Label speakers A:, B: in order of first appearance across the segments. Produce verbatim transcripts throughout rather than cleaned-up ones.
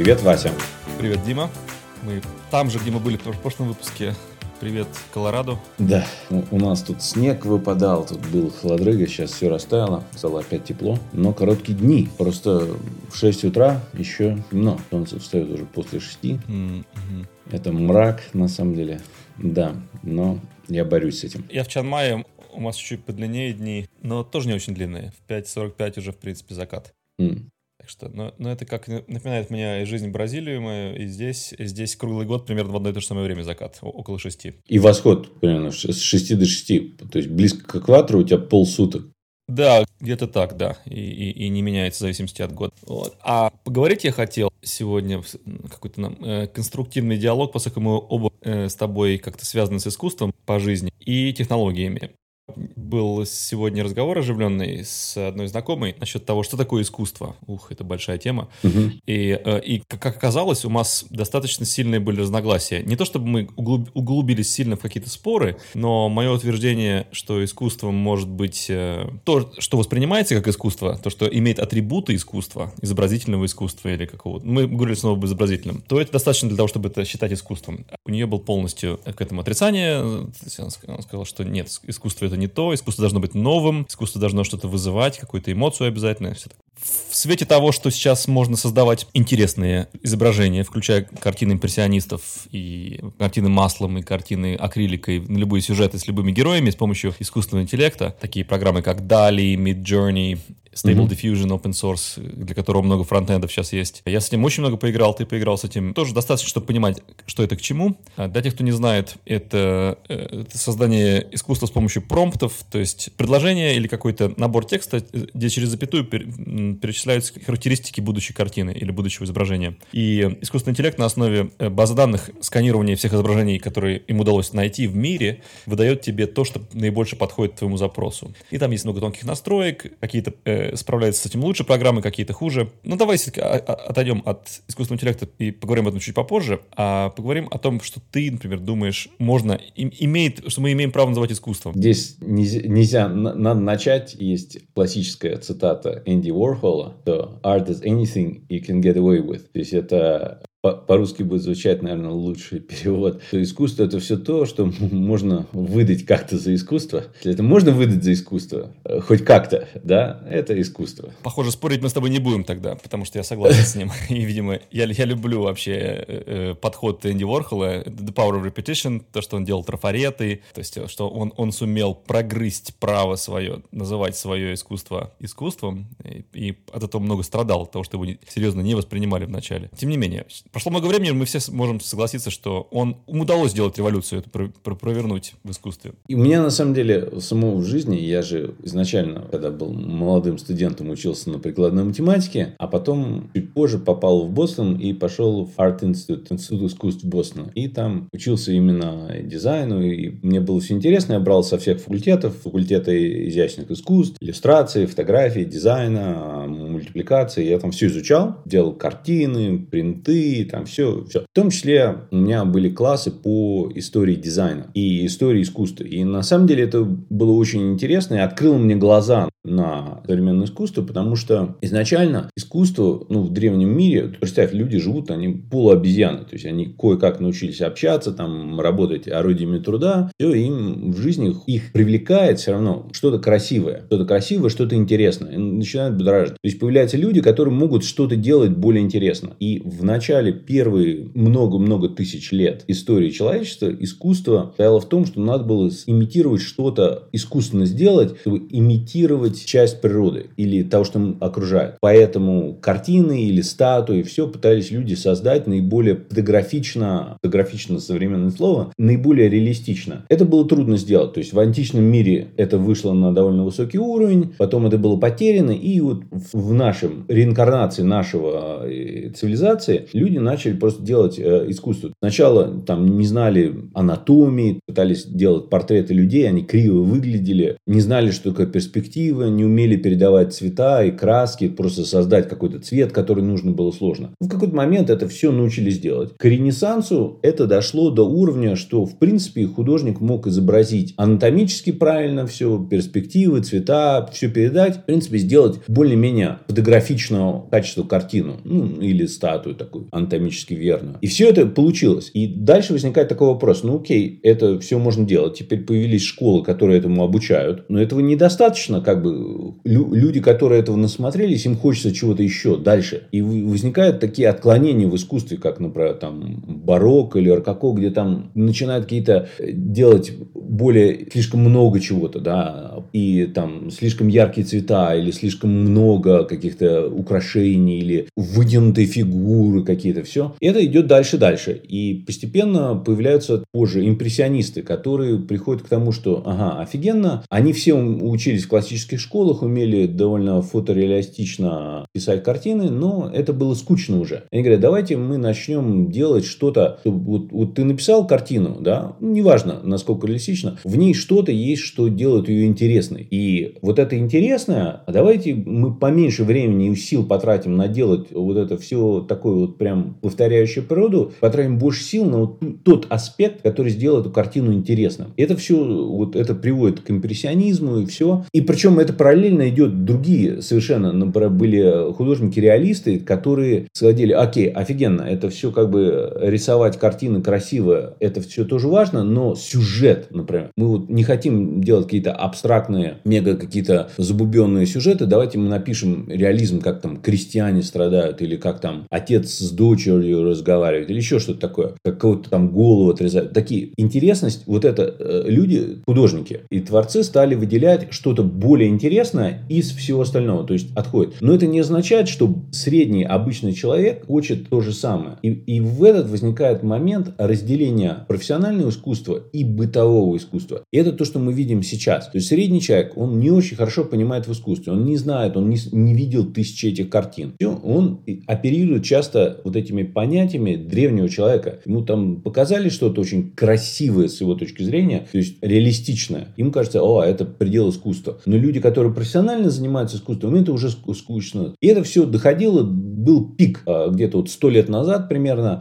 A: Привет, Вася.
B: Привет, Дима. Мы там же, где мы были в прошлом выпуске. Привет, Колорадо.
A: Да, у нас тут снег выпадал, тут был холодрыга, сейчас все растаяло, стало опять тепло. Но короткие дни, просто в шесть утра еще темно. Солнце встает уже после шести.
B: Mm-hmm.
A: Это мрак, на самом деле. Да, но я борюсь с этим.
B: Я в Чанмае, у нас чуть-чуть подлиннее дни, но тоже не очень длинные. В пять сорок пять уже, в принципе, закат.
A: Mm.
B: Так что, но, но это как напоминает мне жизнь в Бразилии мою, и здесь, здесь круглый год примерно в одно и то же самое время закат, около шести.
A: И восход примерно с шести до шести, то есть близко к экватору у тебя полсуток.
B: Да, где-то так, да, и, и, и не меняется в зависимости от года. Вот. А поговорить я хотел сегодня какой-то нам э, конструктивный диалог, поскольку мы оба э, с тобой как-то связаны с искусством по жизни и технологиями. Был сегодня разговор оживленный с одной знакомой насчет того, что такое искусство. Ух, это большая тема.
A: Uh-huh.
B: И, и, как оказалось, у нас достаточно сильные были разногласия. Не то чтобы мы углуб, углубились сильно в какие-то споры, но мое утверждение, что искусство может быть то, что воспринимается как искусство, то, что имеет атрибуты искусства, изобразительного искусства или какого-то, мы говорили снова об изобразительном, то это достаточно для того, чтобы это считать искусством. У нее был полностью к этому отрицание. Она сказала, что нет, искусство это не то, искусство должно быть новым, искусство должно что-то вызывать, какую-то эмоцию обязательно. В свете того, что сейчас можно создавать интересные изображения, включая картины импрессионистов и картины маслом, и картины акриликой на любые сюжеты с любыми героями с помощью искусственного интеллекта, такие программы как Dall-E, Midjourney, Stable mm-hmm. Diffusion, Open Source, для которого много фронтендов сейчас есть. Я с этим очень много поиграл, ты поиграл с этим. Тоже достаточно, чтобы понимать, что это к чему. Для тех, кто не знает, это, это создание искусства с помощью промптов, то есть предложение или какой-то набор текста, где через запятую перечисляются характеристики будущей картины или будущего изображения. И искусственный интеллект на основе базы данных сканирования всех изображений, которые им удалось найти в мире, выдает тебе то, что наибольше подходит к твоему запросу. И там есть много тонких настроек, какие-то э, справляются с этим лучше программы, какие-то хуже. Ну, давай отойдем от искусственного интеллекта и поговорим об этом чуть попозже, а поговорим о том, что ты, например, думаешь, можно, имеет, что мы имеем право называть искусством.
A: Здесь нельзя, нельзя надо начать. Есть классическая цитата Энди Уорхола, что «Art is anything you can get away with». То есть, это по-русски будет звучать, наверное, лучший перевод. Что искусство – это все то, что можно выдать как-то за искусство. Если это можно выдать за искусство, хоть как-то, да, это искусство.
B: Похоже, спорить мы с тобой не будем тогда, потому что я согласен с ним. И, видимо, я, я люблю вообще э, подход Энди Уорхола, The Power of Repetition, то, что он делал трафареты, то есть, что он, он сумел прогрызть право свое, называть свое искусство искусством, и, и от этого много страдал, от того, что его серьезно не воспринимали вначале. Тем не менее, прошло много времени, мы все можем согласиться, что он, ему удалось сделать революцию, это про, про, провернуть в искусстве.
A: И у меня, на самом деле, самого в жизни, я же изначально, когда был молодым студентом, учился на прикладной математике, а потом чуть позже попал в Бостон и пошел в Art Institute, Институт искусств Бостона. И там учился именно дизайну, и мне было все интересно. Я брал со всех факультетов, факультеты изящных искусств, иллюстрации, фотографии, дизайна, мультипликации. Я там все изучал, делал картины, принты, там все, все. В том числе у меня были классы по истории дизайна и истории искусства. И на самом деле это было очень интересно и открыло мне глаза на современное искусство, потому что изначально искусство, ну, в древнем мире, представь, люди живут, они полуобезьяны, то есть они кое-как научились общаться, там, работать орудиями труда, все, им в жизни их привлекает все равно что-то красивое, что-то красивое, что-то интересное, и начинают будоражить. То есть появляются люди, которые могут что-то делать более интересно. И в начале первые много-много тысяч лет истории человечества искусство стояло в том, что надо было имитировать что-то, искусственно сделать, чтобы имитировать часть природы или того, что окружает. Поэтому картины или статуи, все пытались люди создать наиболее фотографично, фотографично современное слово, наиболее реалистично. Это было трудно сделать. То есть в античном мире это вышло на довольно высокий уровень, потом это было потеряно, и вот в нашем реинкарнации нашего цивилизации люди начали просто делать искусство. Сначала там не знали анатомии, пытались делать портреты людей, они криво выглядели, не знали, что такое перспектива, красиво, не умели передавать цвета и краски, просто создать какой-то цвет, который нужно было сложно. В какой-то момент это все научились делать. К Ренессансу это дошло до уровня, что в принципе художник мог изобразить анатомически правильно все, перспективы, цвета, все передать, в принципе сделать более-менее фотографичного качества картину, ну или статую такую анатомически верную. И все это получилось. И дальше возникает такой вопрос, ну окей, это все можно делать. Теперь появились школы, которые этому обучают, но этого недостаточно, как бы люди, которые этого насмотрелись, им хочется чего-то еще дальше. И возникают такие отклонения в искусстве, как, например, там барокко или рококо, где там начинают какие-то делать более слишком много чего-то, да, и там слишком яркие цвета или слишком много каких-то украшений или вытянутые фигуры какие-то, все. И это идет дальше-дальше. И постепенно появляются позже импрессионисты, которые приходят к тому, что, ага, офигенно, они все учились в классических школах, умели довольно фотореалистично писать картины, но это было скучно уже. Они говорят, давайте мы начнем делать что-то, вот, вот ты написал картину, да, неважно, насколько реалистично, в ней что-то есть, что делает ее интересной. И вот это интересное, а давайте мы поменьше времени и сил потратим на делать вот это все такое вот прям повторяющее природу, потратим больше сил на вот тот аспект, который сделает эту картину интересным. Это все, вот это приводит к импрессионизму и все. И причем это параллельно идет другие совершенно, например, были художники-реалисты, которые сказали, окей, офигенно, это все как бы рисовать картины красиво, это все тоже важно, но сюжет, например, мы вот не хотим делать какие-то абстрактные, мега какие-то забубенные сюжеты, давайте мы напишем реализм, как там крестьяне страдают, или как там отец с дочерью разговаривает, или еще что-то такое, как кого-то там голову отрезают. Такие интересность, вот это э, люди, художники и творцы стали выделять что-то более интересное из всего остального, то есть отходит. Но это не означает, что средний обычный человек хочет то же самое. И, и в этот возникает момент разделения профессионального искусства и бытового искусства. И это то, что мы видим сейчас. То есть средний человек, он не очень хорошо понимает в искусстве, он не знает, он не, не видел тысячи этих картин. Все, он оперирует часто вот этими понятиями древнего человека. Ему там показали что-то очень красивое с его точки зрения, то есть реалистичное. Ему кажется, о, это предел искусства. Но люди, которые профессионально занимаются искусством, это уже скучно. И это все доходило, был пик где-то вот сто лет назад примерно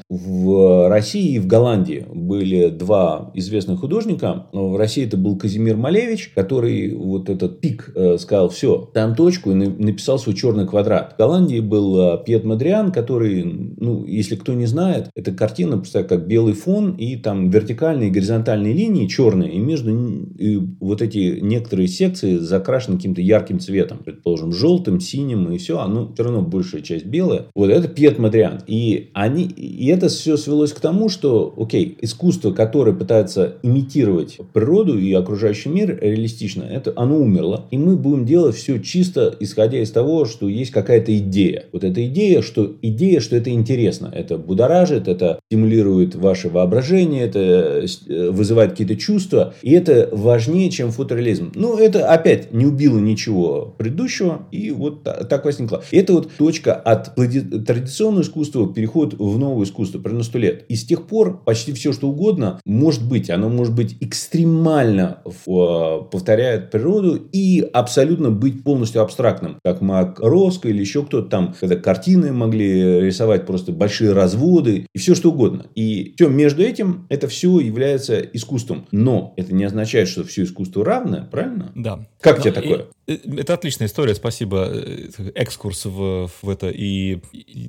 A: в России и в Голландии. Были два известных художника. В России это был Казимир Малевич, который вот этот пик сказал, все, там точку, и написал свой черный квадрат. В Голландии был Пьет Модриан, который, ну, если кто не знает, эта картина, представляете, как белый фон, и там вертикальные и горизонтальные линии черные, и между и вот эти некоторые секции закрашены каким-то ярким цветом, предположим, желтым, синим, и все, оно все равно большая часть белая. Вот это Пьет Модриан. И, они, и это все свелось к тому, что, окей, искусство, которое пытается имитировать природу и окружающий мир реалистично, это оно умерло. И мы будем делать все чисто, исходя из того, что есть какая-то идея. Вот эта идея, что идея, что это интересно. Это будоражит, это стимулирует ваше воображение, это вызывает какие-то чувства. И это важнее, чем фотореализм. Но это опять не убило ничего предыдущего. И вот так возникло. И это вот точка от традиционного искусства переход в новое искусство примерно сто лет. И с тех пор почти все, что угодно, может быть. Оно может быть экстремально повторяет природу и абсолютно быть полностью абстрактным. Как Мак Роско или еще кто-то там, когда картины могли рисовать просто большие разводы и все что угодно. И все между этим, это все является искусством. Но это не означает, что все искусство равное, правильно?
B: Да.
A: Как
B: Но
A: тебе такое?
B: Это отличная история, спасибо. Экскурс в, в это. И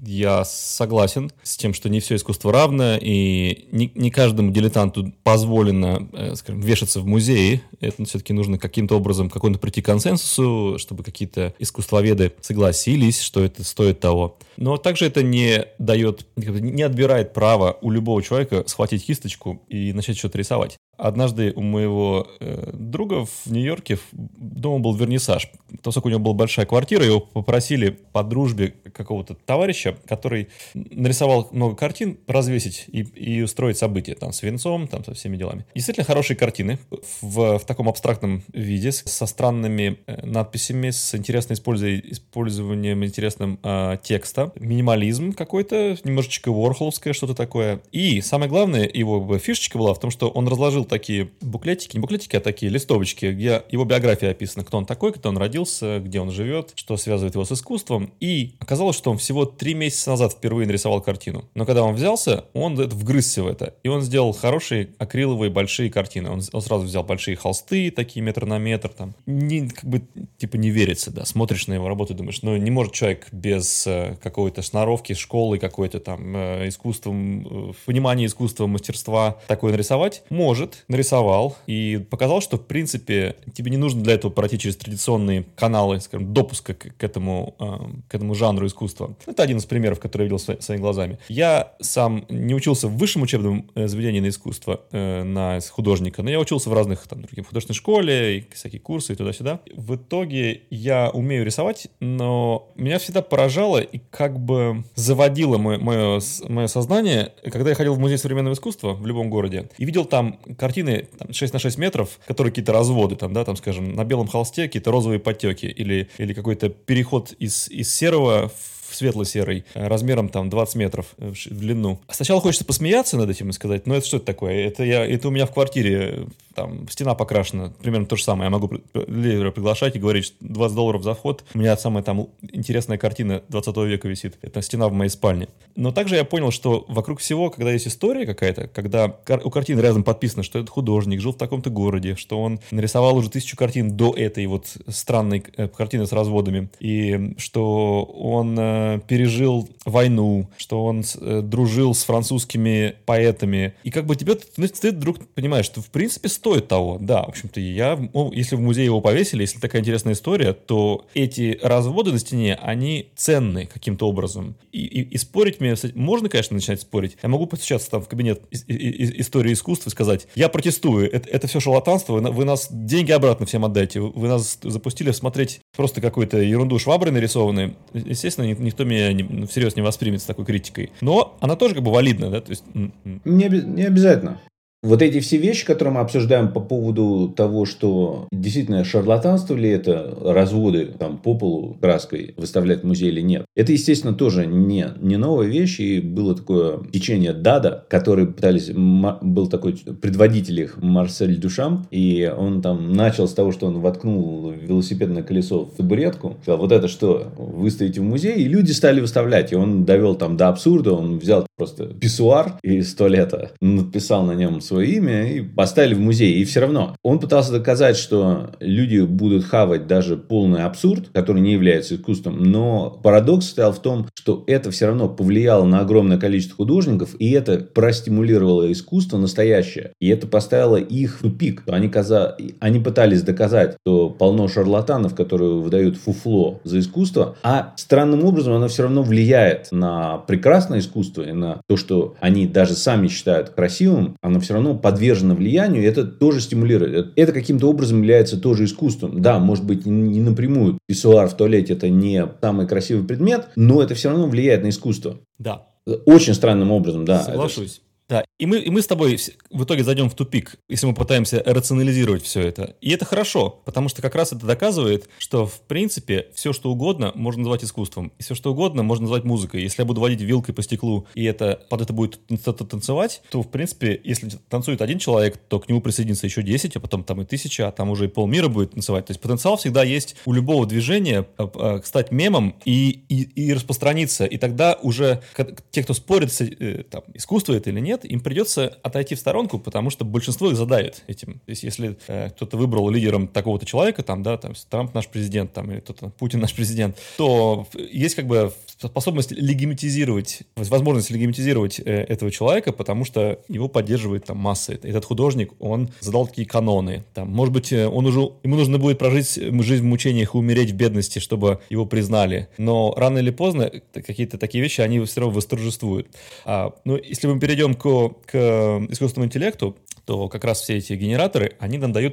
B: я согласен с тем, что не все искусство равно, и не, не каждому дилетанту позволено, скажем, вешаться в музее. Это все-таки нужно каким-то образом какому-то прийти к консенсусу, чтобы какие-то искусствоведы согласились, что это стоит того. Но также это не дает, не отбирает право у любого человека схватить кисточку и начать что-то рисовать. Однажды у моего э, друга в Нью-Йорке дома был вернисаж. Поскольку у него была большая квартира, его попросили по дружбе какого-то товарища, который нарисовал много картин, развесить и, и устроить события там с венцом, там со всеми делами. Действительно хорошие картины в, в таком абстрактном виде, со странными э, надписями, с интересным использованием интересным э, текста. да, минимализм какой-то, немножечко ворхоловское что-то такое. И самое главное, его фишечка была в том, что он разложил такие буклетики, не буклетики, а такие листовочки, где его биография описана, кто он такой, кто он родился, где он живет, что связывает его с искусством. И оказалось, что он всего три месяца назад впервые нарисовал картину. Но когда он взялся, он вгрызся в это. И он сделал хорошие акриловые большие картины. Он, он сразу взял большие холсты, такие метр на метр. Там. Не, как бы, типа не верится, да. Смотришь на его работу и думаешь, ну не может человек без э, какой-то сноровки, школы какой-то там, э, искусством, э, понимания искусства, мастерства такое нарисовать. Может, нарисовал. И показал, что в принципе тебе не нужно для этого пройти через традиционные каналы, скажем, допуска к, к, этому, э, к этому жанру искусства. Это один из примеров, который я видел свои, своими глазами. Я сам не учился в высшем учебном э, заведении на искусство, э, на художника, но я учился в разных там, других художественной школе, и всякие курсы и туда-сюда. В итоге я умею рисовать, но меня всегда поражало и как бы заводило мое, мое, мое сознание, когда я ходил в музей современного искусства в любом городе и видел там картины там, шесть на шесть метров, которые какие-то разводы, там, да, там, скажем, на белом холсте какие-то розовые подтеки или, или какой-то переход из, из серого в светло-серый, размером там двадцать метров в длину. Сначала хочется посмеяться над этим и сказать, ну это что это такое? Это, я, это у меня в квартире там стена покрашена, примерно то же самое. Я могу лидера приглашать и говорить, что двадцать долларов за вход. У меня самая там интересная картина двадцатого века висит. Это стена в моей спальне. Но также я понял, что вокруг всего, когда есть история какая-то, когда у картины рядом подписано, что этот художник жил в таком-то городе, что он нарисовал уже тысячу картин до этой вот странной картины с разводами, и что он пережил войну, что он э, дружил с французскими поэтами. И как бы тебе, ну, ты вдруг понимаешь, что в принципе стоит того. Да, в общем-то, я, ну, если в музее его повесили, если такая интересная история, то эти разводы на стене, они ценны каким-то образом. И, и, и спорить мне, можно, конечно, начинать спорить. Я могу постучаться там в кабинет и, и, и, истории искусства и сказать, я протестую, это, это все шарлатанство, вы, вы нас деньги обратно всем отдайте, вы нас запустили смотреть просто какую-то ерунду швабры нарисованные. Естественно, никто меня не, всерьез не воспримет с такой критикой. Но она тоже как бы валидна, да? То есть...
A: Не, не обязательно. Вот эти все вещи, которые мы обсуждаем по поводу того, что действительно шарлатанство ли это, разводы там, по полу краской выставлять в музее или нет, это, естественно, тоже не, не новая вещь. И было такое течение Дада, который пытались, был такой предводитель их Марсель Дюшамп, и он там начал с того, что он воткнул велосипедное колесо в табуретку, сказал, вот это что, выставите в музей, и люди стали выставлять. И он довел там до абсурда, он взял просто писсуар из туалета, написал на нем свое имя и поставили в музей. И все равно он пытался доказать, что люди будут хавать даже полный абсурд, который не является искусством. Но парадокс стоял в том, что это все равно повлияло на огромное количество художников, и это простимулировало искусство настоящее. И это поставило их в тупик. Они, каза... Они пытались доказать, что полно шарлатанов, которые выдают фуфло за искусство, а странным образом оно все равно влияет на прекрасное искусство и на то, что они даже сами считают красивым, оно все равно подвержено влиянию, и это тоже стимулирует. Это каким-то образом является тоже искусством. Да, может быть, не напрямую писсуар в туалете это не самый красивый предмет, но это все равно влияет на искусство.
B: Да.
A: Очень странным образом, да.
B: Соглашусь. Это... Да, и мы, и мы с тобой в итоге зайдем в тупик, если мы пытаемся рационализировать все это. И это хорошо, потому что как раз это доказывает, что в принципе все, что угодно, можно назвать искусством. И все, что угодно, можно назвать музыкой. Если я буду водить вилкой по стеклу, и это, под это будет танцевать, то в принципе, если танцует один человек, то к нему присоединится еще десять, а потом там и тысяча, а там уже и полмира будет танцевать. То есть потенциал всегда есть у любого движения стать мемом и, и, и распространиться. И тогда уже те, кто спорит, там, искусство это или нет, им придется отойти в сторонку, потому что большинство их задавит этим. То есть, если э, кто-то выбрал лидером такого-то человека, там, да, там, Трамп наш президент, там, или кто-то, Путин наш президент, то есть как бы способность легимитизировать, возможность легимитизировать э, этого человека, потому что его поддерживает там масса. Этот художник, он задал такие каноны. Там, может быть, он уже, ему нужно будет прожить жизнь в мучениях и умереть в бедности, чтобы его признали. Но рано или поздно какие-то такие вещи, они все равно восторжествуют. А, ну, если мы перейдем к к искусственному интеллекту, то как раз все эти генераторы, они нам дают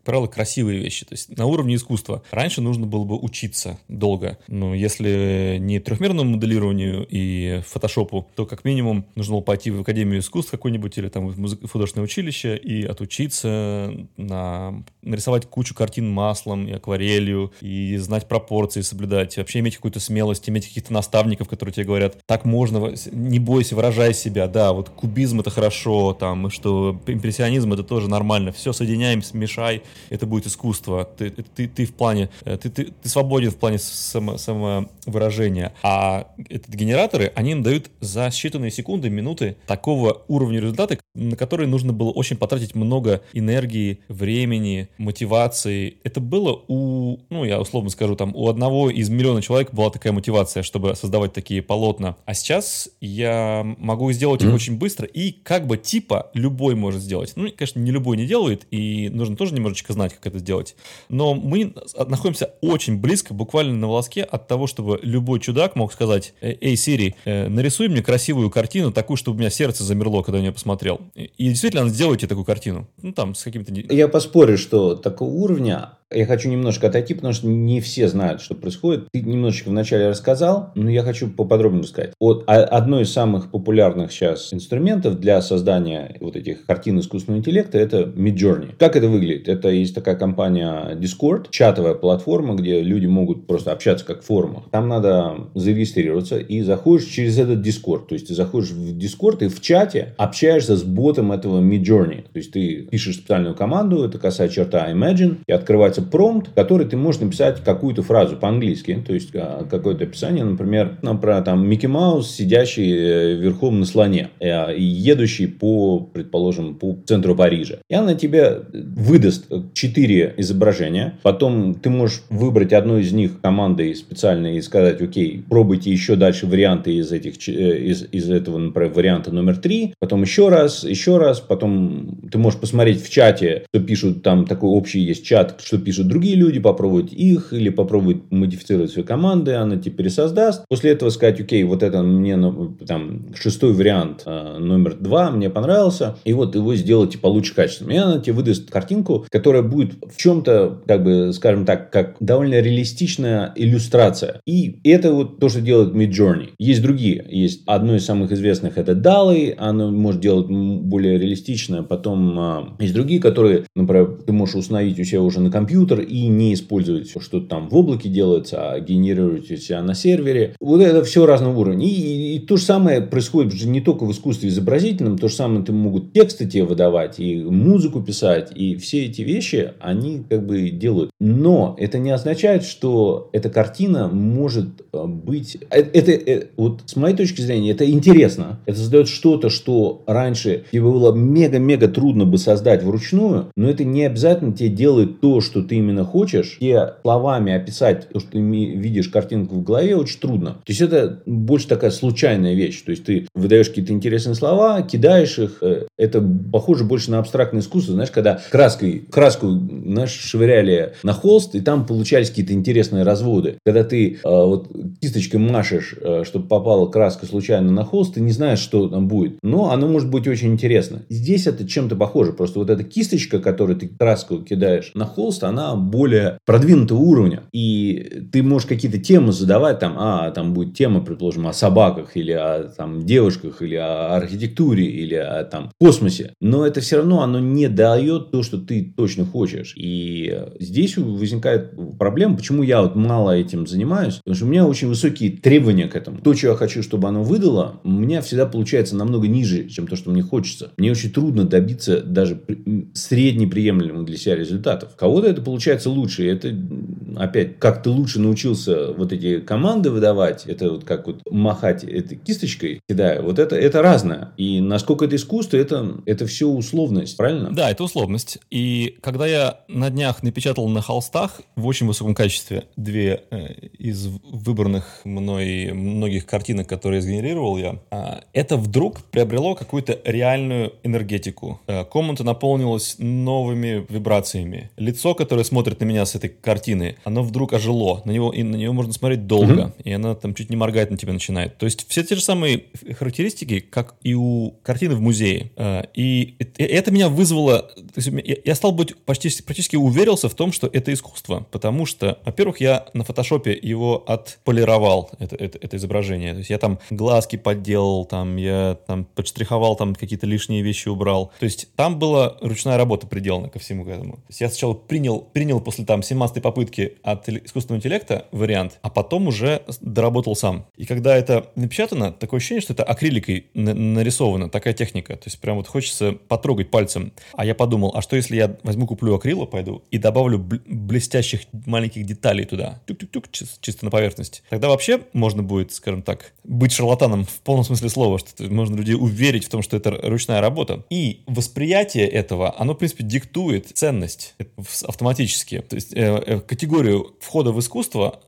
B: правило, красивые вещи, то есть на уровне искусства. Раньше нужно было бы учиться долго, но если не трехмерному моделированию и фотошопу, то как минимум нужно было пойти в Академию искусств какой-нибудь или там в музык- художественное училище и отучиться на... нарисовать кучу картин маслом и акварелью, и знать пропорции, соблюдать, вообще иметь какую-то смелость, иметь каких-то наставников, которые тебе говорят, так можно, не бойся, выражай себя, да, вот кубизм это хорошо, там, и что импрессионизм это тоже нормально, все соединяем, смешай, это будет искусство, ты, ты, ты в плане, ты, ты, ты свободен в плане само, самовыражения, а этот генераторы, они им дают за считанные секунды, минуты такого уровня результата, на который нужно было очень потратить много энергии, времени, мотивации. Это было у, ну, я условно скажу, там, у одного из миллиона человек была такая мотивация, чтобы создавать такие полотна. А сейчас я могу сделать их mm-hmm. очень быстро, и как бы типа любой может сделать. Ну, конечно, не любой не делает, и нужно тоже немножечко знать, как это сделать. Но мы находимся очень близко, буквально на волоске от того, чтобы любой чудак мог сказать: «Эй, Siri, нарисуй мне красивую картину, такую, чтобы у меня сердце замерло, когда я ее посмотрел». И действительно, сделайте такую картину. Ну, там, с какими-то...
A: Я поспорю, что такого уровня... Я хочу немножко отойти, потому что не все знают, что происходит. Ты немножечко вначале рассказал, но я хочу поподробнее сказать. Вот одно из самых популярных сейчас инструментов для создания вот этих картин искусственного интеллекта — это Midjourney. Как это выглядит? Это есть такая компания Discord, чатовая платформа, где люди могут просто общаться как в форумах. Там надо зарегистрироваться и заходишь через этот Discord. То есть ты заходишь в Discord и в чате общаешься с ботом этого Midjourney. То есть ты пишешь специальную команду, это косая черта Imagine, и открывается промпт, который ты можешь написать какую-то фразу по-английски, то есть какое-то описание, например, про там Микки Маус, сидящий верхом на слоне и едущий по, предположим, по центру Парижа. И она тебе выдаст четыре изображения, потом ты можешь выбрать одно из них командой специальной и сказать: окей, пробуйте еще дальше варианты из этих, из, из этого, например, варианта номер три, потом еще раз, еще раз, потом ты можешь посмотреть в чате, что пишут, там такой общий есть чат, что пишут другие люди, попробовать их или попробовать модифицировать свои команды, она тебе пересоздаст. После этого сказать: окей, вот это мне там шестой вариант номер два мне понравился, и вот его сделайте получше качественно. И она тебе выдаст картинку, которая будет в чем-то, как бы, скажем так, как довольно реалистичная иллюстрация. И это вот то, что делает Midjourney. Есть другие. Есть одно из самых известных — это DALL-E. Оно может делать более реалистично. Потом есть другие, которые, например, ты можешь установить у себя уже на компьютер и не использовать что-то там в облаке делается, а генерировать у себя на сервере. Вот это все разного уровня. И, и, и то же самое происходит же не только в искусстве изобразительном, то же самое ты могут тексты тебе выдавать, и музыку писать, и все эти вещи они как бы делают. Но это не означает, что эта картина может быть... Это, это вот с моей точки зрения, это интересно. Это создает что-то, что раньше тебе было мега-мега трудно бы создать вручную, но это не обязательно тебе делает то, что ты именно хочешь. Тебе словами описать то, что ты видишь картинку в голове, очень трудно. То есть это больше такая случайная вещь. То есть ты выдаешь какие-то интересные слова, кидаешь их. Это похоже больше на абстрактное искусство. Знаешь, когда краской, краску, знаешь, швыряли на холст, и там получались какие-то интересные разводы. Когда ты вот кисточкой машешь, чтобы попала краска случайно на холст, ты не знаешь, что там будет. Но оно может быть очень интересно. Здесь это чем-то похоже. Просто вот эта кисточка, которой ты краску кидаешь на холст, она более продвинутого уровня. И ты можешь какие-то темы задавать. Там, а, там будет тема, предположим, о собаках, или о там, девушках, или о архитектуре, или о там, космосе. Но это все равно оно не дает то, что ты точно хочешь. И здесь возникает проблема, почему я вот мало этим занимаюсь. Потому что у меня очень высокие требования к этому. То, что я хочу, чтобы оно выдало, у меня всегда получается намного ниже, чем то, что мне хочется. Мне очень трудно добиться даже среднеприемлемых для себя результатов. Кого-то это получается лучше. И это, опять, как ты лучше научился вот эти команды выдавать, это вот как вот махать этой кисточкой, кидая, вот это, это разное. И насколько это искусство, это, это все условность, правильно?
B: Да, это условность. И когда я на днях напечатал на холстах в очень высоком качестве две э, из выбранных мной многих картинок, которые сгенерировал я, э, это вдруг приобрело какую-то реальную энергетику. Э, комната наполнилась новыми вибрациями. Лицо, которое смотрит на меня с этой картины, оно вдруг ожило, на него, и на него можно смотреть долго,
A: Mm-hmm.
B: и она там чуть не моргает на тебя начинает. То есть все те же самые характеристики, как и у картины в музее. И это меня вызвало... То есть я стал быть почти, практически уверился в том, что это искусство, потому что, во-первых, я на фотошопе его отполировал, это, это, это изображение. То есть я там глазки подделал, там, я там подштриховал, там какие-то лишние вещи убрал. То есть там была ручная работа приделана ко всему этому. То есть я сначала принял, принял после там семнадцатой попытки от искусственного интеллекта вариант, а потом уже доработал сам. И когда это напечатано, такое ощущение, что это акриликой нарисовано, такая техника. То есть прям вот хочется потрогать пальцем. А я подумал, а что если я возьму, куплю акрила, пойду и добавлю блестящих маленьких деталей туда, тюк-тюк-тюк, чисто на поверхность. Тогда вообще можно будет, скажем так, быть шарлатаном в полном смысле слова, что можно людей уверить в том, что это ручная работа. И восприятие этого, оно, в принципе, диктует ценность автоматически. То есть э, э, категорию входа в искусство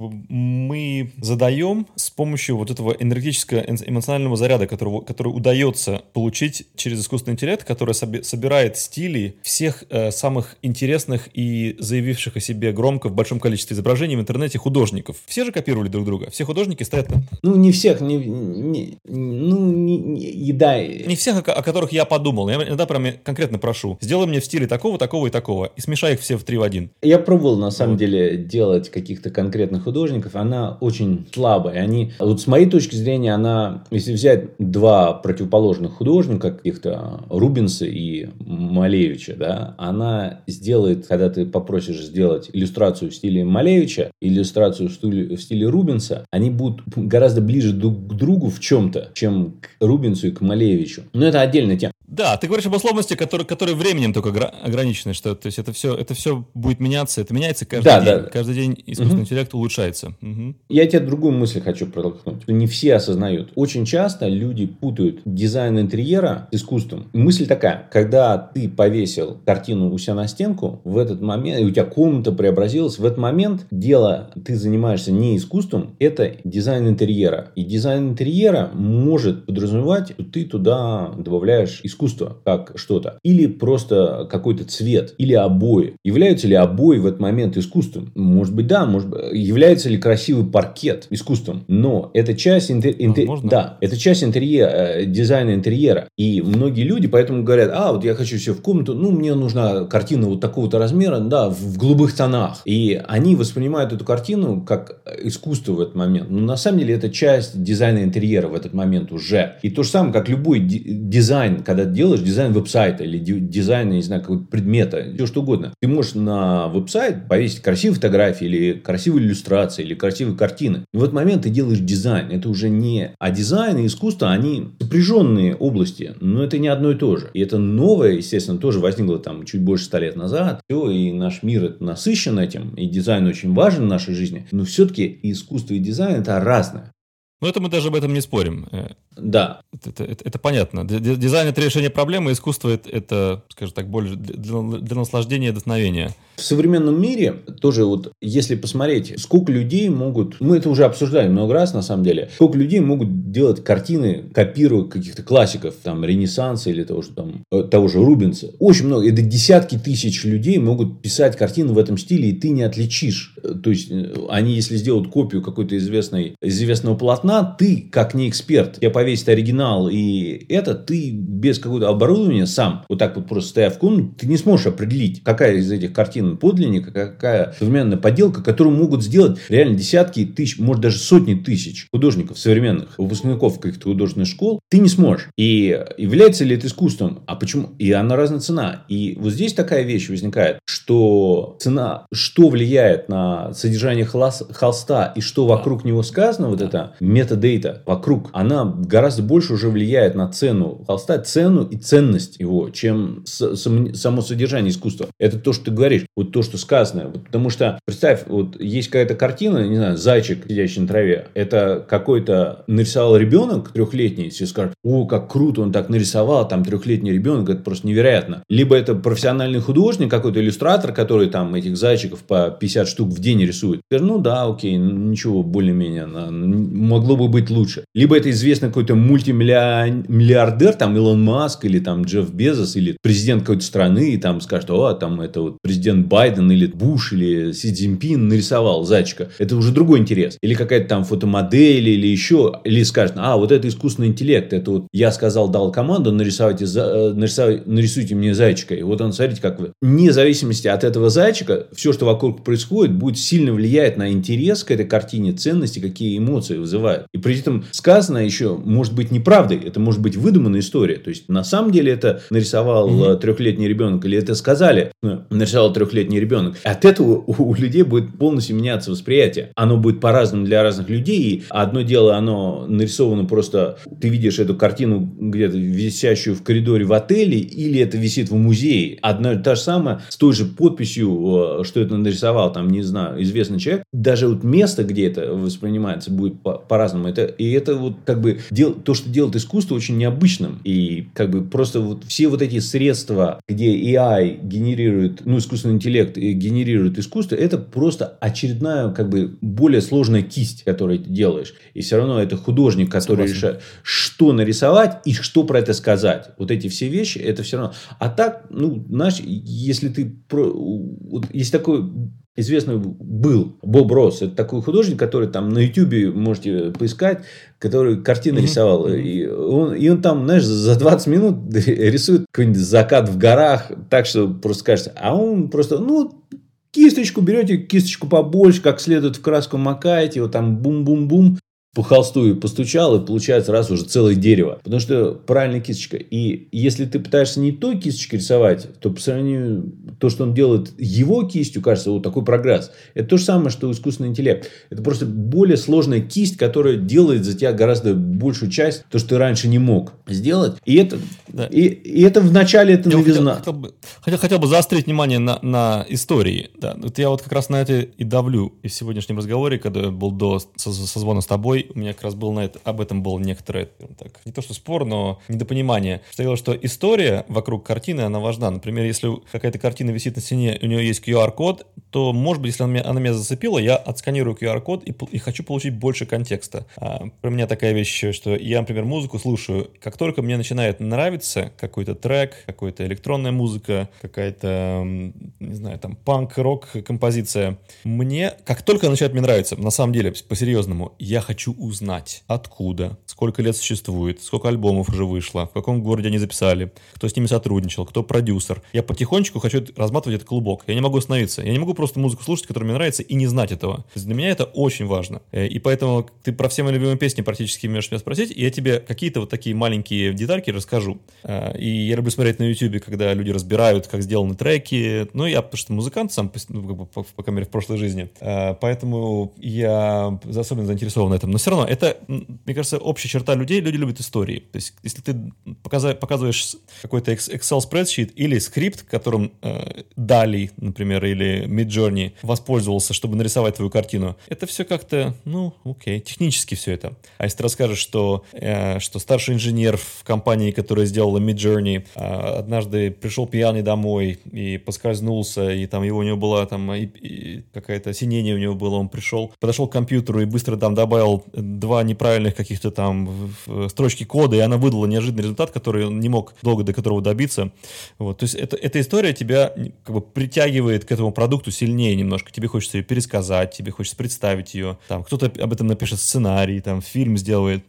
B: мы задаем с помощью вот этого энергетического эмоционального заряда, которого, который удается получить через искусственный интеллект, который соби- собирает стили всех э, самых интересных и заявивших о себе громко в большом количестве изображений в интернете художников. Все же копировали друг друга. Все художники стоят...
A: Ну, не всех, не, не, ну, не, не, да.
B: Не всех, о, о которых я подумал. Я иногда прям конкретно прошу. Сделай мне в стиле такого, такого и такого. И смешай их все в три в один.
A: Я пробовал, на самом вот. деле, делать каких-то конкретных художников. Она очень слабая. Они, вот с моей точки зрения, она, если взять два противоположных художника, каких-то Рубенса и Малевича, да, она сделает, когда ты попросишь сделать иллюстрацию в стиле Малевича, иллюстрацию в стиле, в стиле Рубенса, они будут гораздо ближе друг к другу в чем-то, чем к Рубенсу и к Малевичу. Но это отдельная тема.
B: Да, ты говоришь об условности, которые, которые временем только ограничены, что то есть это все, это все будет меняться, это меняется каждый да, день. Да. Каждый день искусственный угу. интеллект улучшается. Угу.
A: Я тебе другую мысль хочу протолкнуть. Не все осознают. Очень часто люди путают дизайн интерьера с искусством. Мысль такая: когда ты повесил картину у себя на стенку, в этот момент, и у тебя комната преобразилась, в этот момент дело, ты занимаешься не искусством, это дизайн интерьера. И дизайн интерьера может подразумевать, что ты туда добавляешь искусство. Искусство как что-то. Или просто какой-то цвет. Или обои. Являются ли обои в этот момент искусством? Может быть, да. Может быть, является ли красивый паркет искусством? Но это часть, интер... интер... да, это часть интерьера, дизайна интерьера. И многие люди поэтому говорят: а, вот я хочу себе в комнату, ну, мне нужна картина вот такого-то размера, да, в голубых тонах. И они воспринимают эту картину как искусство в этот момент. Но на самом деле это часть дизайна интерьера в этот момент уже. И то же самое, как любой дизайн, когда делаешь дизайн веб-сайта или дизайн, не знаю, какого-то предмета, все что угодно. Ты можешь на веб-сайт повесить красивые фотографии или красивые иллюстрации, или красивые картины. Но в этот момент ты делаешь дизайн. Это уже не... А дизайн и искусство, они сопряженные области, но это не одно и то же. И это новое, естественно, тоже возникло там чуть больше ста лет назад. Все, и наш мир насыщен этим, и дизайн очень важен в нашей жизни. Но все-таки и искусство, и дизайн – это разное.
B: Ну, это мы даже об этом не спорим.
A: Да.
B: Это, это, это, это понятно. Дизайн – это решение проблемы, искусство – это, это, скажем так, более для, для наслаждения и вдохновения.
A: В современном мире тоже вот, если посмотреть, сколько людей могут... Мы это уже обсуждали много раз, на самом деле. Сколько людей могут делать картины, копируя каких-то классиков, там, Ренессанса или того же, там, того же Рубенса. Очень много. Это десятки тысяч людей могут писать картины в этом стиле, и ты не отличишь. То есть, они, если сделают копию какой-то известной, известного полотна, ты, как не эксперт, тебе повесить оригинал и это, ты без какого-то оборудования сам, вот так вот просто стоя в комнате, ты не сможешь определить, какая из этих картин подлинник, какая современная подделка, которую могут сделать реально десятки тысяч, может даже сотни тысяч художников современных, выпускников каких-то художественных школ, ты не сможешь. И является ли это искусством? А почему? И она разная цена. И вот здесь такая вещь возникает, что цена, что влияет на содержание холста и что вокруг него сказано, вот это метадейта вокруг, она гораздо больше уже влияет на цену холста, цену и ценность его, чем с, сам, само содержание искусства. Это то, что ты говоришь, вот то, что сказано. Вот, потому что, представь, вот есть какая-то картина, не знаю, зайчик, сидящий на траве, это какой-то нарисовал ребенок трехлетний, все скажут: о, как круто он так нарисовал, там трехлетний ребенок, это просто невероятно. Либо это профессиональный художник, какой-то иллюстратор, который там этих зайчиков по пятьдесят штук в день рисует. Ну да, окей, ничего, более-менее, могло могло бы быть лучше. Либо это известный какой-то мультимиллиардер, там Илон Маск, или там Джефф Безос, или президент какой-то страны, и там скажет, о, там это вот президент Байден, или Буш, или Си Цзиньпин нарисовал зайчика. Это уже другой интерес. Или какая-то там фотомодель, или еще, или скажет, а, вот это искусственный интеллект, это вот я сказал, дал команду, нарисовать, нарисовать, нарисуйте мне зайчика. И вот он, смотрите, как вы. Вне зависимости от этого зайчика, все, что вокруг происходит, будет сильно влиять на интерес к этой картине, ценности, какие эмоции вызывают. И при этом сказано еще, может быть, неправдой, это может быть выдуманная история. То есть, на самом деле, это нарисовал mm-hmm. трехлетний ребенок, или это сказали, нарисовал трехлетний ребенок. От этого у людей будет полностью меняться восприятие. Оно будет по-разному для разных людей. И одно дело, оно нарисовано просто, ты видишь эту картину где-то висящую в коридоре в отеле, или это висит в музее. Одна та же самая, с той же подписью, что это нарисовал, там, не знаю, известный человек. Даже вот место, где это воспринимается, будет по- по-разному. Это, и это вот как бы дел, то, что делает искусство, очень необычным. И как бы просто вот все вот эти средства, где эй ай генерирует, ну, искусственный интеллект генерирует искусство, это просто очередная, как бы, более сложная кисть, которую ты делаешь. И все равно это художник, который
B: Согласен.
A: решает, что нарисовать и что про это сказать. Вот эти все вещи, это все равно. А так, ну, знаешь, если ты... Про, вот есть такой... Известный был Боб Росс. Это такой художник, который там на Ютубе можете поискать, который картины mm-hmm. рисовал. Mm-hmm. И, он, и он там, знаешь, за двадцать минут рисует какой-нибудь закат в горах, так что просто кажется. А он просто, ну, кисточку берете, кисточку побольше, как следует в краску макаете, вот там бум-бум-бум. По холсту и постучал, и получается раз уже целое дерево. Потому что правильная кисточка. И если ты пытаешься не той кисточкой рисовать, то по сравнению то, что он делает его кистью, кажется, вот такой прогресс. Это то же самое, что искусственный интеллект. Это просто более сложная кисть, которая делает за тебя гораздо большую часть, то, что ты раньше не мог сделать. И это, да. и, и это вначале это новизна.
B: Хотел, хотел, бы, хотел, хотел бы заострить внимание на, на истории. Да. Вот я вот как раз на это и давлю. И в сегодняшнем разговоре, когда я был до созвона с тобой, у меня как раз был на это, об этом был некоторое, так, не то что спор, но недопонимание. Что я говорил, что история вокруг картины, она важна. Например, если какая-то картина висит на стене, у нее есть ку ар-код, то, может быть, если она меня, она меня зацепила, я отсканирую ку ар-код и, и хочу получить больше контекста. А, про меня такая вещь, что я, например, музыку слушаю, как только мне начинает нравиться какой-то трек, какая-то электронная музыка, какая-то, не знаю, там, панк-рок композиция, мне, как только она начинает мне нравиться, на самом деле, по-серьезному, я хочу узнать, откуда, сколько лет существует, сколько альбомов уже вышло, в каком городе они записали, кто с ними сотрудничал, кто продюсер. Я потихонечку хочу разматывать этот клубок. Я не могу остановиться. Я не могу просто музыку слушать, которая мне нравится, и не знать этого. То есть для меня это очень важно. И поэтому ты про все мои любимые песни практически можешь меня спросить, и я тебе какие-то вот такие маленькие детальки расскажу. И я люблю смотреть на ютубе, когда люди разбирают, как сделаны треки. Ну, я, потому что музыкант сам, ну, как бы, по, по крайней мере, в прошлой жизни. Поэтому я особенно заинтересован в этом. Но все равно, это, мне кажется, общая черта людей. Люди любят истории. То есть, если ты показываешь какой-то Excel-спредшит или скрипт, которым э, Dali, например, или Midjourney воспользовался, чтобы нарисовать твою картину, это все как-то, ну, окей, технически все это. А если ты расскажешь, что, э, что старший инженер в компании, которая сделала Midjourney, э, однажды пришел пьяный домой и поскользнулся, и там его, у него была там и, и какая-то синение у него было, он пришел, подошел к компьютеру и быстро там добавил два неправильных каких-то там строчки кода, и она выдала неожиданный результат, который он не мог долго до которого добиться. Вот. То есть это, эта история тебя как бы притягивает к этому продукту сильнее немножко. Тебе хочется ее пересказать, тебе хочется представить ее. Там, кто-то об этом напишет сценарий, там, фильм сделает.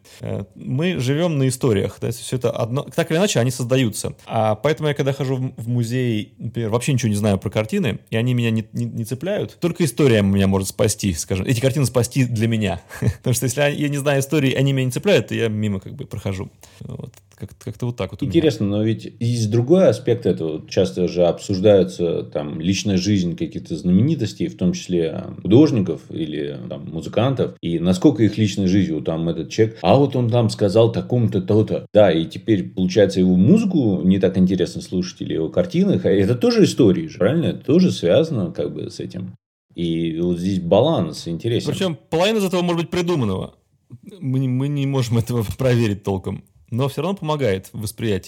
B: Мы живем на историях. Да? Все это одно... Так или иначе, они создаются. А поэтому я, когда хожу в музей, например, вообще ничего не знаю про картины, и они меня не, не, не цепляют, только история меня может спасти, скажем. Эти картины спасти для меня. Потому что если я не знаю истории, они меня не цепляют, то я мимо как бы прохожу. Вот. Как-то, как-то вот так вот.
A: Интересно, но ведь есть другой аспект этого. Часто же обсуждаются там личная жизнь каких-то знаменитостей, в том числе художников или там, музыкантов, и насколько их личной жизнью там этот человек, а вот он там сказал такому-то, то-то. Да, и теперь, получается, его музыку не так интересно слушать или его картины. Это тоже истории же, правильно? Это тоже связано как бы с этим. И вот здесь баланс интересен.
B: Причем половина из этого может быть придуманного. Мы, мы не можем этого проверить толком. Но все равно помогает в восприятии.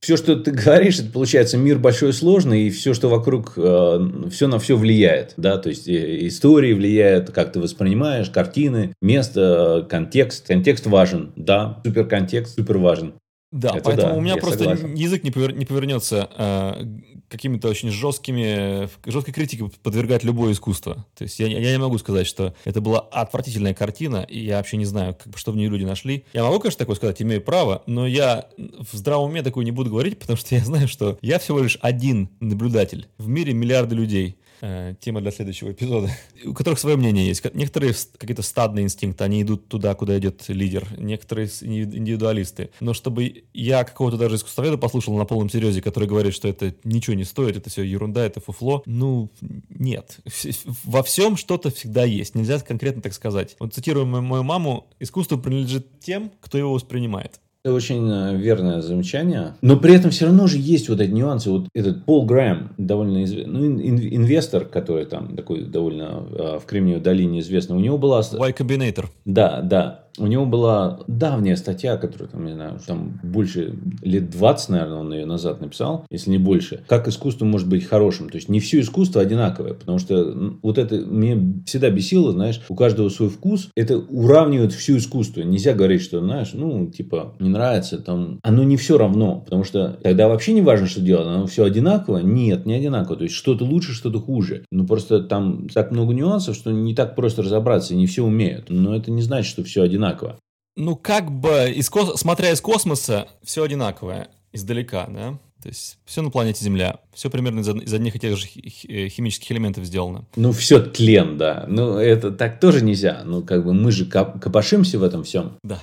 A: все, что ты говоришь, это получается мир большой и сложный, и все, что вокруг, э, все на все влияет, да, то есть э, истории влияют, как ты воспринимаешь, картины, место, контекст. Контекст важен, да, суперконтекст супер важен.
B: Да,
A: это
B: поэтому
A: да,
B: у меня просто
A: согласен.
B: язык не, повер, не повернется э, какими-то очень жесткими, жесткой критикой подвергать любое искусство. То есть я, я не могу сказать, что это была отвратительная картина, и я вообще не знаю, как, что в ней люди нашли. Я могу, конечно, такое сказать, имею право, но я в здравом уме такое не буду говорить, потому что я знаю, что я всего лишь один наблюдатель. В мире миллиарды людей. Тема для следующего эпизода, у которых свое мнение есть. Некоторые какие-то стадные инстинкты, они идут туда, куда идет лидер. Некоторые индивидуалисты. Но чтобы я какого-то даже искусствоведа послушал на полном серьезе, который говорит, что это ничего не стоит, это все ерунда, это фуфло, ну, нет. Во всем что-то всегда есть. Нельзя конкретно так сказать. Вот цитируя мою маму, искусство принадлежит тем, кто его воспринимает.
A: Это очень верное замечание. Но при этом все равно же есть вот эти нюансы. Вот этот Пол Грэм, довольно известный, ну, инвестор, который там такой довольно в Кремниевой долине известный, у него была...
B: Y Combinator.
A: Да, да. У него была давняя статья, которую, там, не знаю, там больше лет двадцать, наверное, он ее назад написал, если не больше. Как искусство может быть хорошим. То есть, не все искусство одинаковое. Потому что вот это меня всегда бесило, знаешь, у каждого свой вкус. Это уравнивает всю искусство. Нельзя говорить, что, знаешь, ну, типа, не нравится, там, оно не все равно. Потому что тогда вообще не важно, что делать. Оно все одинаково? Нет, не одинаково. То есть, что-то лучше, что-то хуже. Ну, просто там так много нюансов, что не так просто разобраться. Не все умеют. Но это не значит, что все одинаково.
B: Ну, как бы, из кос... смотря из космоса, все одинаковое, издалека, да? То есть, все на планете Земля, все примерно из, из одних и тех же химических элементов сделано.
A: Ну, все тлен, да. Ну, это так тоже нельзя. Ну, как бы мы же копошимся в этом всем.
B: Да.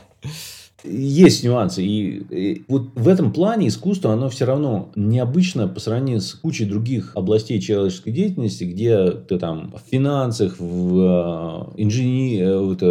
A: Есть нюансы. И, и вот в этом плане искусство, оно все равно необычно по сравнению с кучей других областей человеческой деятельности, где ты там в финансах, в, инжени...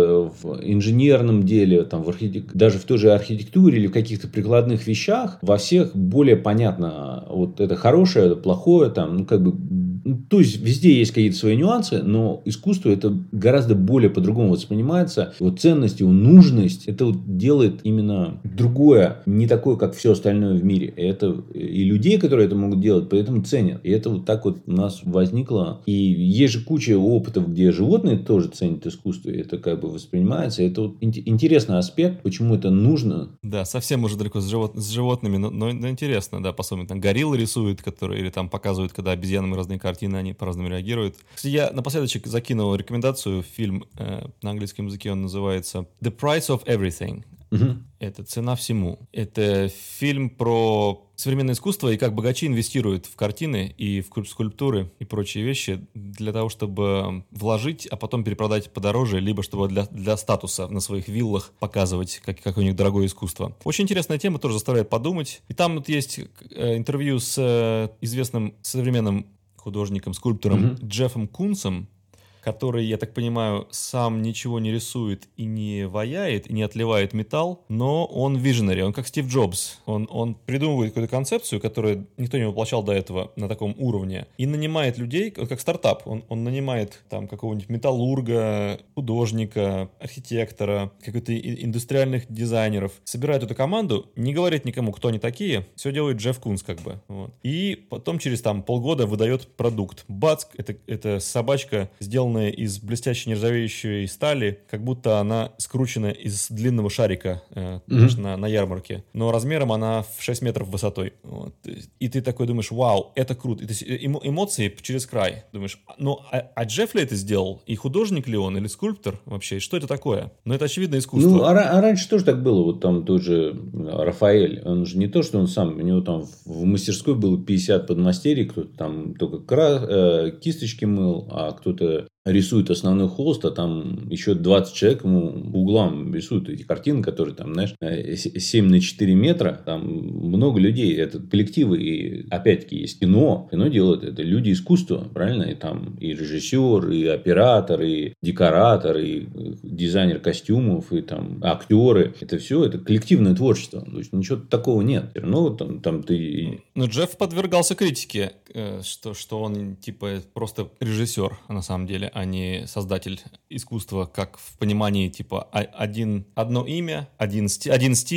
A: в инженерном деле, там, в архитек... даже в той же архитектуре или в каких-то прикладных вещах, во всех более понятно, вот это хорошее, это плохое, там, ну, как бы, то есть, везде есть какие-то свои нюансы, но искусство это гораздо более по-другому воспринимается. Его ценность, его нужность, это вот делает именно другое, не такое, как все остальное в мире. И это и людей, которые это могут делать, поэтому ценят. И это вот так вот у нас возникло. И есть же куча опытов, где животные тоже ценят искусство. И это как бы воспринимается. Это вот интересный аспект, почему это нужно.
B: Да, совсем уже далеко с, живот... с животными, но, но, но интересно, да, по-особенно там гориллы рисуют, которые, или там показывают, когда обезьянам разные картины, они по-разному реагируют. Кстати, я напоследок закинул рекомендацию, фильм э, на английском языке, он называется «The Price of Everything». Угу. Это «Цена всему». Это фильм про современное искусство и как богачи инвестируют в картины и в скульптуры и прочие вещи для того, чтобы вложить, а потом перепродать подороже, либо чтобы для, для статуса на своих виллах показывать, как, как у них дорогое искусство. Очень интересная тема, тоже заставляет подумать. И там вот есть интервью с известным современным художником, скульптором mm-hmm. Джеффом Кунсом, который, я так понимаю, сам ничего не рисует и не ваяет, и не отливает металл, но он виженери, он как Стив Джобс. Он, он придумывает какую-то концепцию, которую никто не воплощал до этого на таком уровне, и нанимает людей, как стартап. Он, он нанимает там какого-нибудь металлурга, художника, архитектора, каких-то индустриальных дизайнеров, собирает эту команду, не говорит никому, кто они такие, все делает Джефф Кунс как бы. Вот. И потом через там полгода выдает продукт. Бац, это, это собачка, сделанная из блестящей нержавеющей стали, как будто она скручена из длинного шарика э, mm-hmm. на, на ярмарке. Но размером она в шесть метров высотой. Вот. И ты такой думаешь, вау, это круто. И ты, эмо, эмоции через край. Думаешь, ну, а, а Джефф ли это сделал? И художник ли он? Или скульптор вообще? И что это такое? Ну, это очевидно искусство.
A: Ну, а, а раньше тоже так было. Вот там тот же Рафаэль. Он же не то, что он сам. У него там в мастерской было пятьдесят подмастерий. Кто-то там только кра... э, кисточки мыл, а кто-то рисует основной холст, а там еще двадцать человек ему по углам рисуют эти картины, которые там, знаешь, семь на четыре метра. Там много людей, это коллективы. И опять-таки есть кино. Кино делают это люди искусства, правильно? И там и режиссер, и оператор, и декоратор, и дизайнер костюмов, и там актеры. Это все, это коллективное творчество. То есть ничего такого нет. Ну, там, там ты...
B: Но Джефф подвергался критике, что, что он типа просто режиссер на самом деле, а не создатель искусства, как в понимании типа один, одно имя, один, один стиль,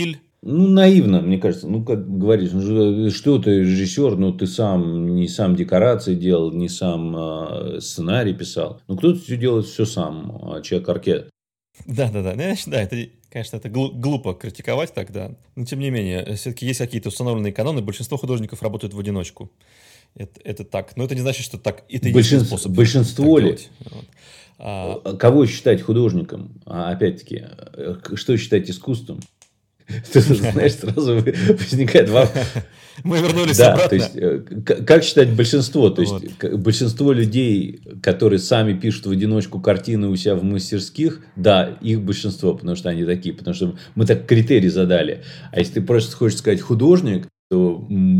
A: Ну, наивно, мне кажется. Ну, как говоришь, ну, что ты режиссер, ну, ты сам не сам декорации делал, не сам э, сценарий писал. Ну, кто-то все делает все сам, человек-оркестр.
B: Да-да-да, да, это, конечно, это глупо критиковать тогда, но тем не менее, все-таки есть какие-то установленные каноны, большинство художников работают в одиночку. Это, это так, но это не значит, что так это единственный способ.
A: Большинство ли?
B: Вот. А...
A: Кого считать художником? А опять-таки, что считать искусством? Ты знаешь, сразу возникает вопрос.
B: Мы вернулись
A: да,
B: обратно.
A: То есть, как считать большинство? То есть, вот. Большинство людей, которые сами пишут в одиночку картины у себя в мастерских, да, их большинство, потому что они такие, потому что мы так критерий задали. А если ты просто хочешь сказать художник, то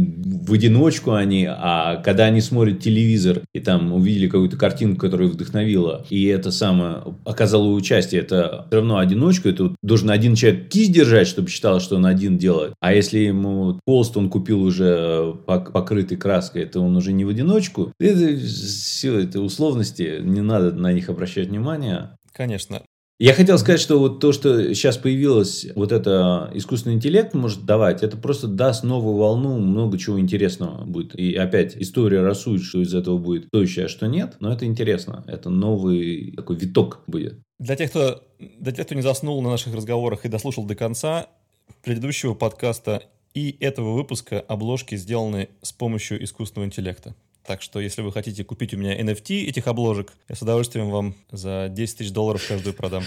A: в одиночку они, а когда они смотрят телевизор и там увидели какую-то картинку, которая их вдохновила, и это самое оказало участие, это все равно одиночку, это должен один человек кисть держать, чтобы считал, что он один делает. А если ему холст он купил уже покрытый краской, то он уже не в одиночку. Это все, это условности, не надо на них обращать внимание.
B: Конечно.
A: Я хотел сказать, что вот то, что сейчас появилось, вот это искусственный интеллект может давать, это просто даст новую волну, много чего интересного будет. И опять история рассудит, что из этого будет стоящее, а что нет, но это интересно. Это новый такой виток будет.
B: Для тех, кто, для тех, кто не заснул на наших разговорах и дослушал до конца предыдущего подкаста и этого выпуска, обложки сделаны с помощью искусственного интеллекта. Так что, если вы хотите купить у меня эн эф ти этих обложек, я с удовольствием вам за десять тысяч долларов каждую продам.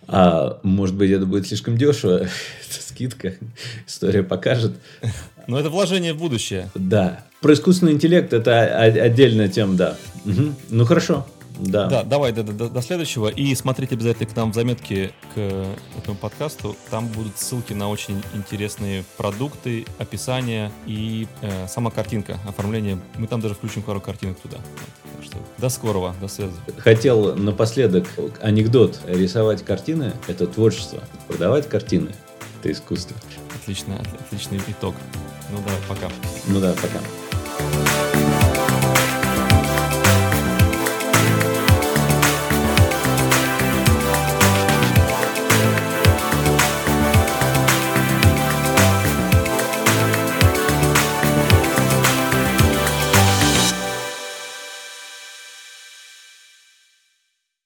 A: А может быть, это будет слишком дешево? Это скидка. История покажет.
B: Но это вложение в будущее.
A: Да. Про искусственный интеллект это отдельная тема, да. Угу. Ну, хорошо. Да.
B: Да, давай до, до, до следующего. И смотрите обязательно к нам в заметке к этому подкасту. Там будут ссылки на очень интересные продукты, описание и э, сама картинка, оформление. Мы там даже включим пару картинок туда. Так что до скорого, до связи.
A: Хотел напоследок анекдот. Рисовать картины – это творчество. Продавать картины – это искусство.
B: Отлично, отличный итог. Ну да, пока.
A: Ну да, пока.